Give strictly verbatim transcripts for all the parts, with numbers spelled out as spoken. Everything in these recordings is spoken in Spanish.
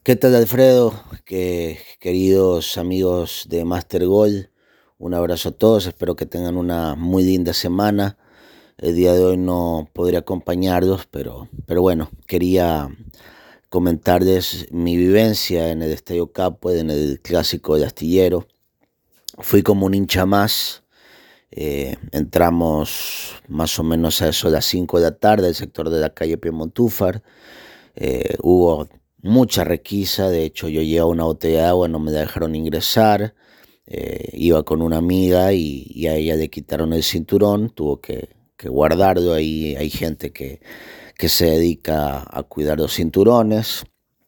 ¿Qué tal, Alfredo? Que, queridos amigos de Master Gold, un abrazo a todos, espero que tengan una muy linda semana. El día de hoy no podré acompañarlos, pero, pero bueno, quería comentarles mi vivencia en el Estadio Capo, en el Clásico de Astillero. Fui como un hincha más, eh, entramos más o menos a eso de las cinco de la tarde, el sector de la calle Piemontúfar. Eh, hubo mucha requisa, de hecho yo llevaba una botella de agua, no me la dejaron ingresar. Eh, iba con una amiga y, y a ella le quitaron el cinturón, tuvo que, que guardarlo. Ahí hay gente que, que se dedica a cuidar los cinturones.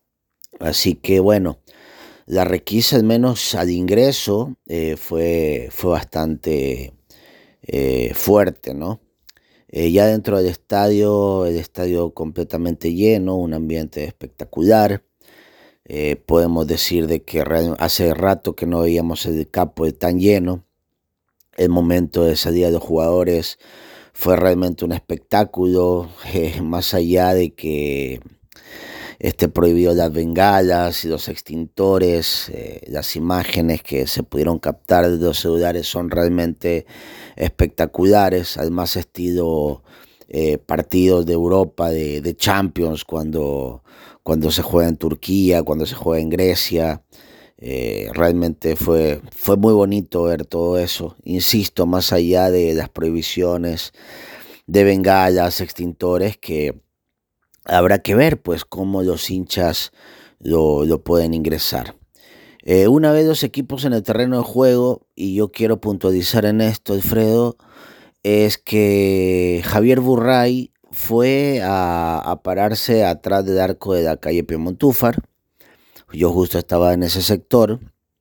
Así que bueno, la requisa, al menos al ingreso, eh, fue, fue bastante eh, fuerte, ¿no? Eh, ya dentro del estadio, el estadio completamente lleno, un ambiente espectacular. Eh, podemos decir de que real- hace rato que no veíamos el campo tan lleno. El momento de salida de los jugadores fue realmente un espectáculo, eh, más allá de que este prohibió las bengalas y los extintores. Eh, las imágenes que se pudieron captar de los celulares son realmente espectaculares, al más estilo eh, partidos de Europa, de, de Champions, cuando, cuando se juega en Turquía, cuando se juega en Grecia. Eh, realmente fue, fue muy bonito ver todo eso. Insisto, más allá de las prohibiciones de bengalas, extintores, que habrá que ver pues cómo los hinchas lo, lo pueden ingresar. Eh, una vez los equipos en el terreno de juego, y yo quiero puntualizar en esto, Alfredo, es que Javier Burray fue a, a pararse atrás del arco de la calle Piemontúfar. Yo justo estaba en ese sector.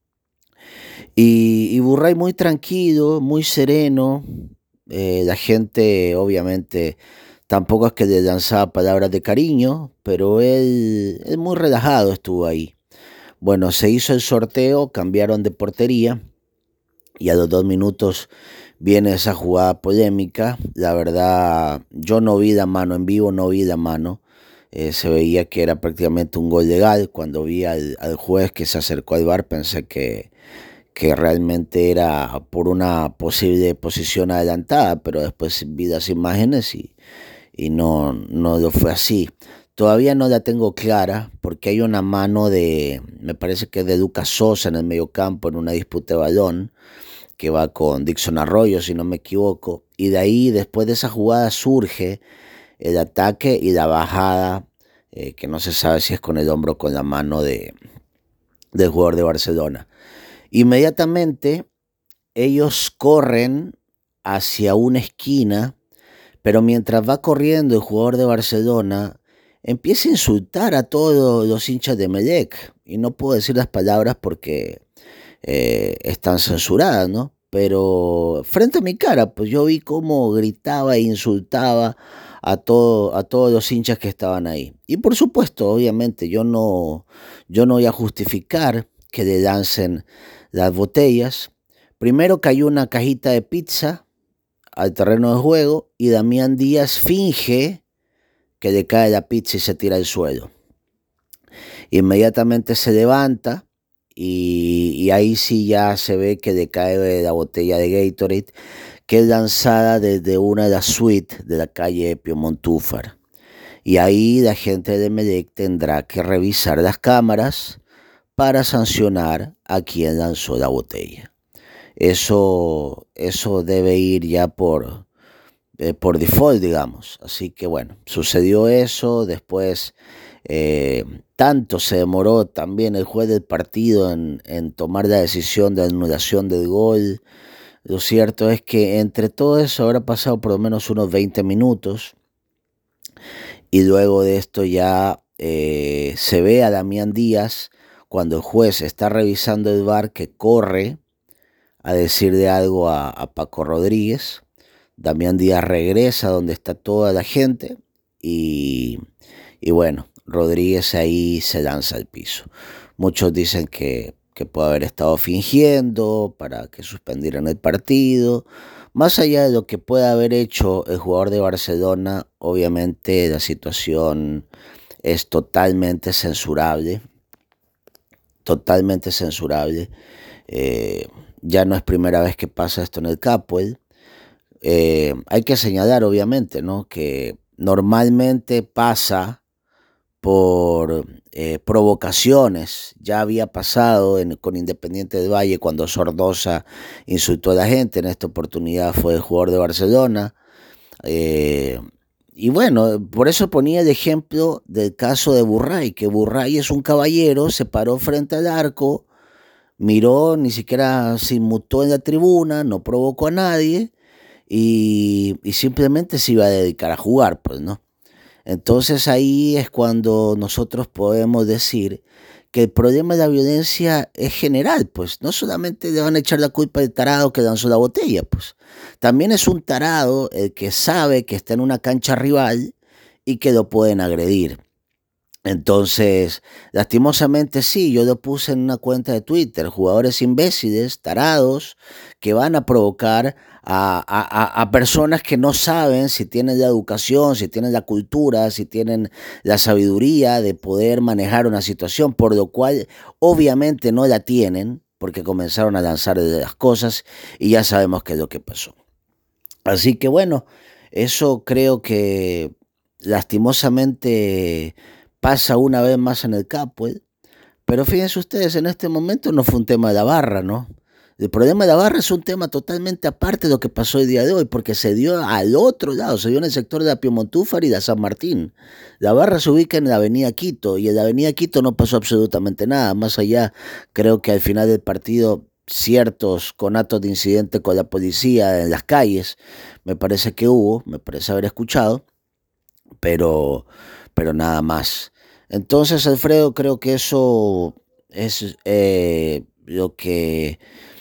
Y, y Burray muy tranquilo, muy sereno. Eh, la gente, obviamente, tampoco es que le lanzaba palabras de cariño, pero él, él muy relajado estuvo ahí. Bueno, se hizo el sorteo, cambiaron de portería y a los dos minutos viene esa jugada polémica. La verdad, yo no vi la mano en vivo, no vi la mano. Eh, se veía que era prácticamente un gol legal. Cuando vi al, al juez que se acercó al bar, pensé que, que realmente era por una posible posición adelantada, pero después vi las imágenes y, y no, no lo fue así. Todavía no la tengo clara porque hay una mano de, me parece que es de Lucas Sosa en el mediocampo en una disputa de balón que va con Dixon Arroyo, si no me equivoco, y de ahí, después de esa jugada, surge el ataque y la bajada, eh, que no se sabe si es con el hombro o con la mano de, del jugador de Barcelona. Inmediatamente ellos corren hacia una esquina, pero mientras va corriendo el jugador de Barcelona, empieza a insultar a todos los hinchas de Melec. Y no puedo decir las palabras porque eh, están censuradas, ¿no? Pero frente a mi cara, pues yo vi cómo gritaba e insultaba a, todo, a todos los hinchas que estaban ahí. Y por supuesto, obviamente, yo no, yo no voy a justificar que le lancen las botellas. Primero cayó una cajita de pizza al terreno de juego y Damián Díaz finge que le cae la pizza y se tira al suelo. Inmediatamente se levanta y, y ahí sí ya se ve que le cae la botella de Gatorade, que es lanzada desde una de las suites de la calle Piemontúfar. Y ahí la gente de Medec tendrá que revisar las cámaras para sancionar a quien lanzó la botella. Eso, eso debe ir ya por, eh, por default, digamos. Así que bueno, sucedió eso. Después, eh, tanto se demoró también el juez del partido en, en tomar la decisión de anulación del gol. Lo cierto es que entre todo eso habrá pasado por lo menos unos veinte minutos. Y luego de esto ya eh, se ve a Damián Díaz cuando el juez está revisando el bar, que corre a decirle algo a, a Paco Rodríguez. Damián Díaz regresa donde está toda la gente y, y bueno, Rodríguez ahí se lanza al piso. Muchos dicen que, que puede haber estado fingiendo para que suspendieran el partido. Más allá de lo que pueda haber hecho el jugador de Barcelona, obviamente la situación es totalmente censurable. totalmente censurable. Eh, ya no es primera vez que pasa esto en el Capoel. Eh, hay que señalar, obviamente, ¿no?, que normalmente pasa por eh, provocaciones. Ya había pasado en, con Independiente del Valle cuando Sordosa insultó a la gente. En esta oportunidad fue el jugador de Barcelona. Eh, y bueno, por eso ponía el ejemplo del caso de Burray, que Burray es un caballero, se paró frente al arco, miró, ni siquiera se inmutó en la tribuna, no provocó a nadie y, y simplemente se iba a dedicar a jugar, pues, ¿no? Entonces ahí es cuando nosotros podemos decir que el problema de la violencia es general, pues no solamente le van a echar la culpa al tarado que lanzó la botella, pues también es un tarado el que sabe que está en una cancha rival y que lo pueden agredir. Entonces, lastimosamente sí, yo lo puse en una cuenta de Twitter, jugadores imbéciles, tarados, que van a provocar a, a, a personas que no saben si tienen la educación, si tienen la cultura, si tienen la sabiduría de poder manejar una situación, por lo cual obviamente no la tienen, porque comenzaron a lanzar de las cosas y ya sabemos qué es lo que pasó. Así que bueno, eso creo que lastimosamente pasa una vez más en el Capoel, pero fíjense ustedes, en este momento no fue un tema de la barra, ¿no? El problema de la barra es un tema totalmente aparte de lo que pasó el día de hoy, porque se dio al otro lado, se dio en el sector de la Piemontúfar y de San Martín. La barra se ubica en la avenida Quito, y en la avenida Quito no pasó absolutamente nada, más allá, creo que al final del partido ciertos conatos de incidente con la policía en las calles, me parece que hubo, me parece haber escuchado, pero, pero nada más. Entonces, Alfredo, creo que eso es eh, lo que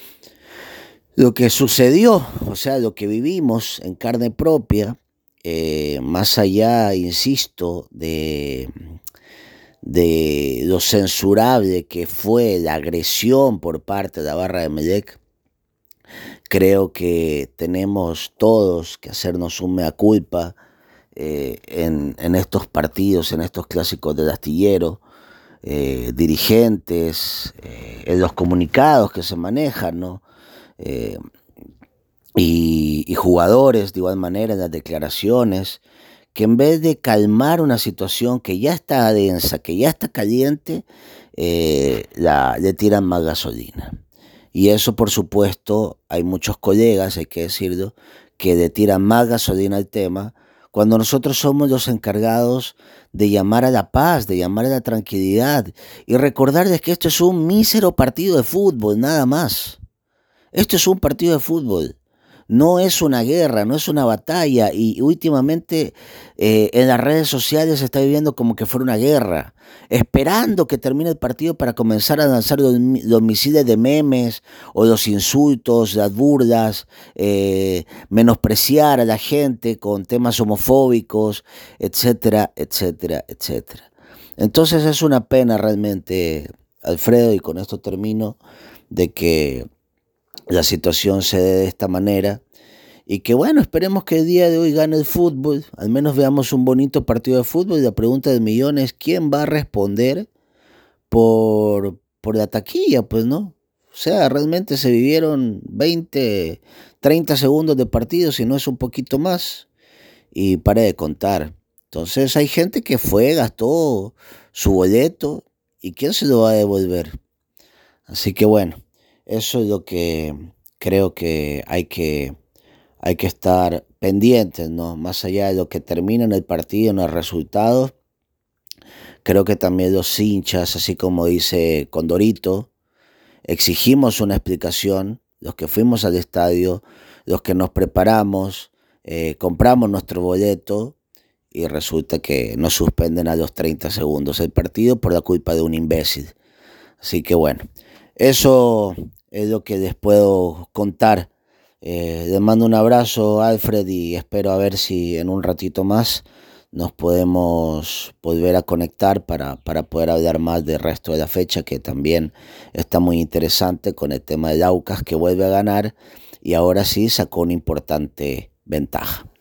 lo que sucedió, o sea, lo que vivimos en carne propia, eh, más allá, insisto, de, de lo censurable que fue la agresión por parte de la barra de Emelec. Creo que tenemos todos que hacernos un mea culpa eh, en, en estos partidos, en estos clásicos del astillero, eh, dirigentes, eh, en los comunicados que se manejan, ¿no? Eh, y, y jugadores de igual manera en las declaraciones, que en vez de calmar una situación que ya está densa, que ya está caliente, eh, la, le tiran más gasolina. Y eso, por supuesto, hay muchos colegas, hay que decirlo, que le tiran más gasolina al tema, cuando nosotros somos los encargados de llamar a la paz, de llamar a la tranquilidad y recordarles que esto es un mísero partido de fútbol, nada más. Esto es un partido de fútbol, no es una guerra, no es una batalla y últimamente eh, en las redes sociales se está viviendo como que fuera una guerra, esperando que termine el partido para comenzar a lanzar los, los misiles de memes o los insultos, las burlas, eh, menospreciar a la gente con temas homofóbicos, etcétera, etcétera, etcétera. Entonces es una pena realmente, Alfredo, y con esto termino, de que la situación se dé de esta manera y que bueno, esperemos que el día de hoy gane el fútbol, al menos veamos un bonito partido de fútbol y la pregunta del millón es ¿quién va a responder por, por la taquilla? Pues no, o sea, realmente se vivieron veinte, treinta segundos de partido, si no es un poquito más, y pare de contar. Entonces hay gente que fue, gastó su boleto y ¿quién se lo va a devolver? Así que bueno, eso es lo que creo que hay que, hay que estar pendientes, ¿no? Más allá de lo que termina en el partido, en los resultados, creo que también los hinchas, así como dice Condorito, exigimos una explicación, los que fuimos al estadio, los que nos preparamos, eh, compramos nuestro boleto y resulta que nos suspenden a los treinta segundos el partido por la culpa de un imbécil. Así que bueno, eso es lo que les puedo contar. Eh, les mando un abrazo, Alfred, y espero a ver si en un ratito más nos podemos volver a conectar para, para poder hablar más del resto de la fecha, que también está muy interesante con el tema del Aucas, que vuelve a ganar y ahora sí sacó una importante ventaja.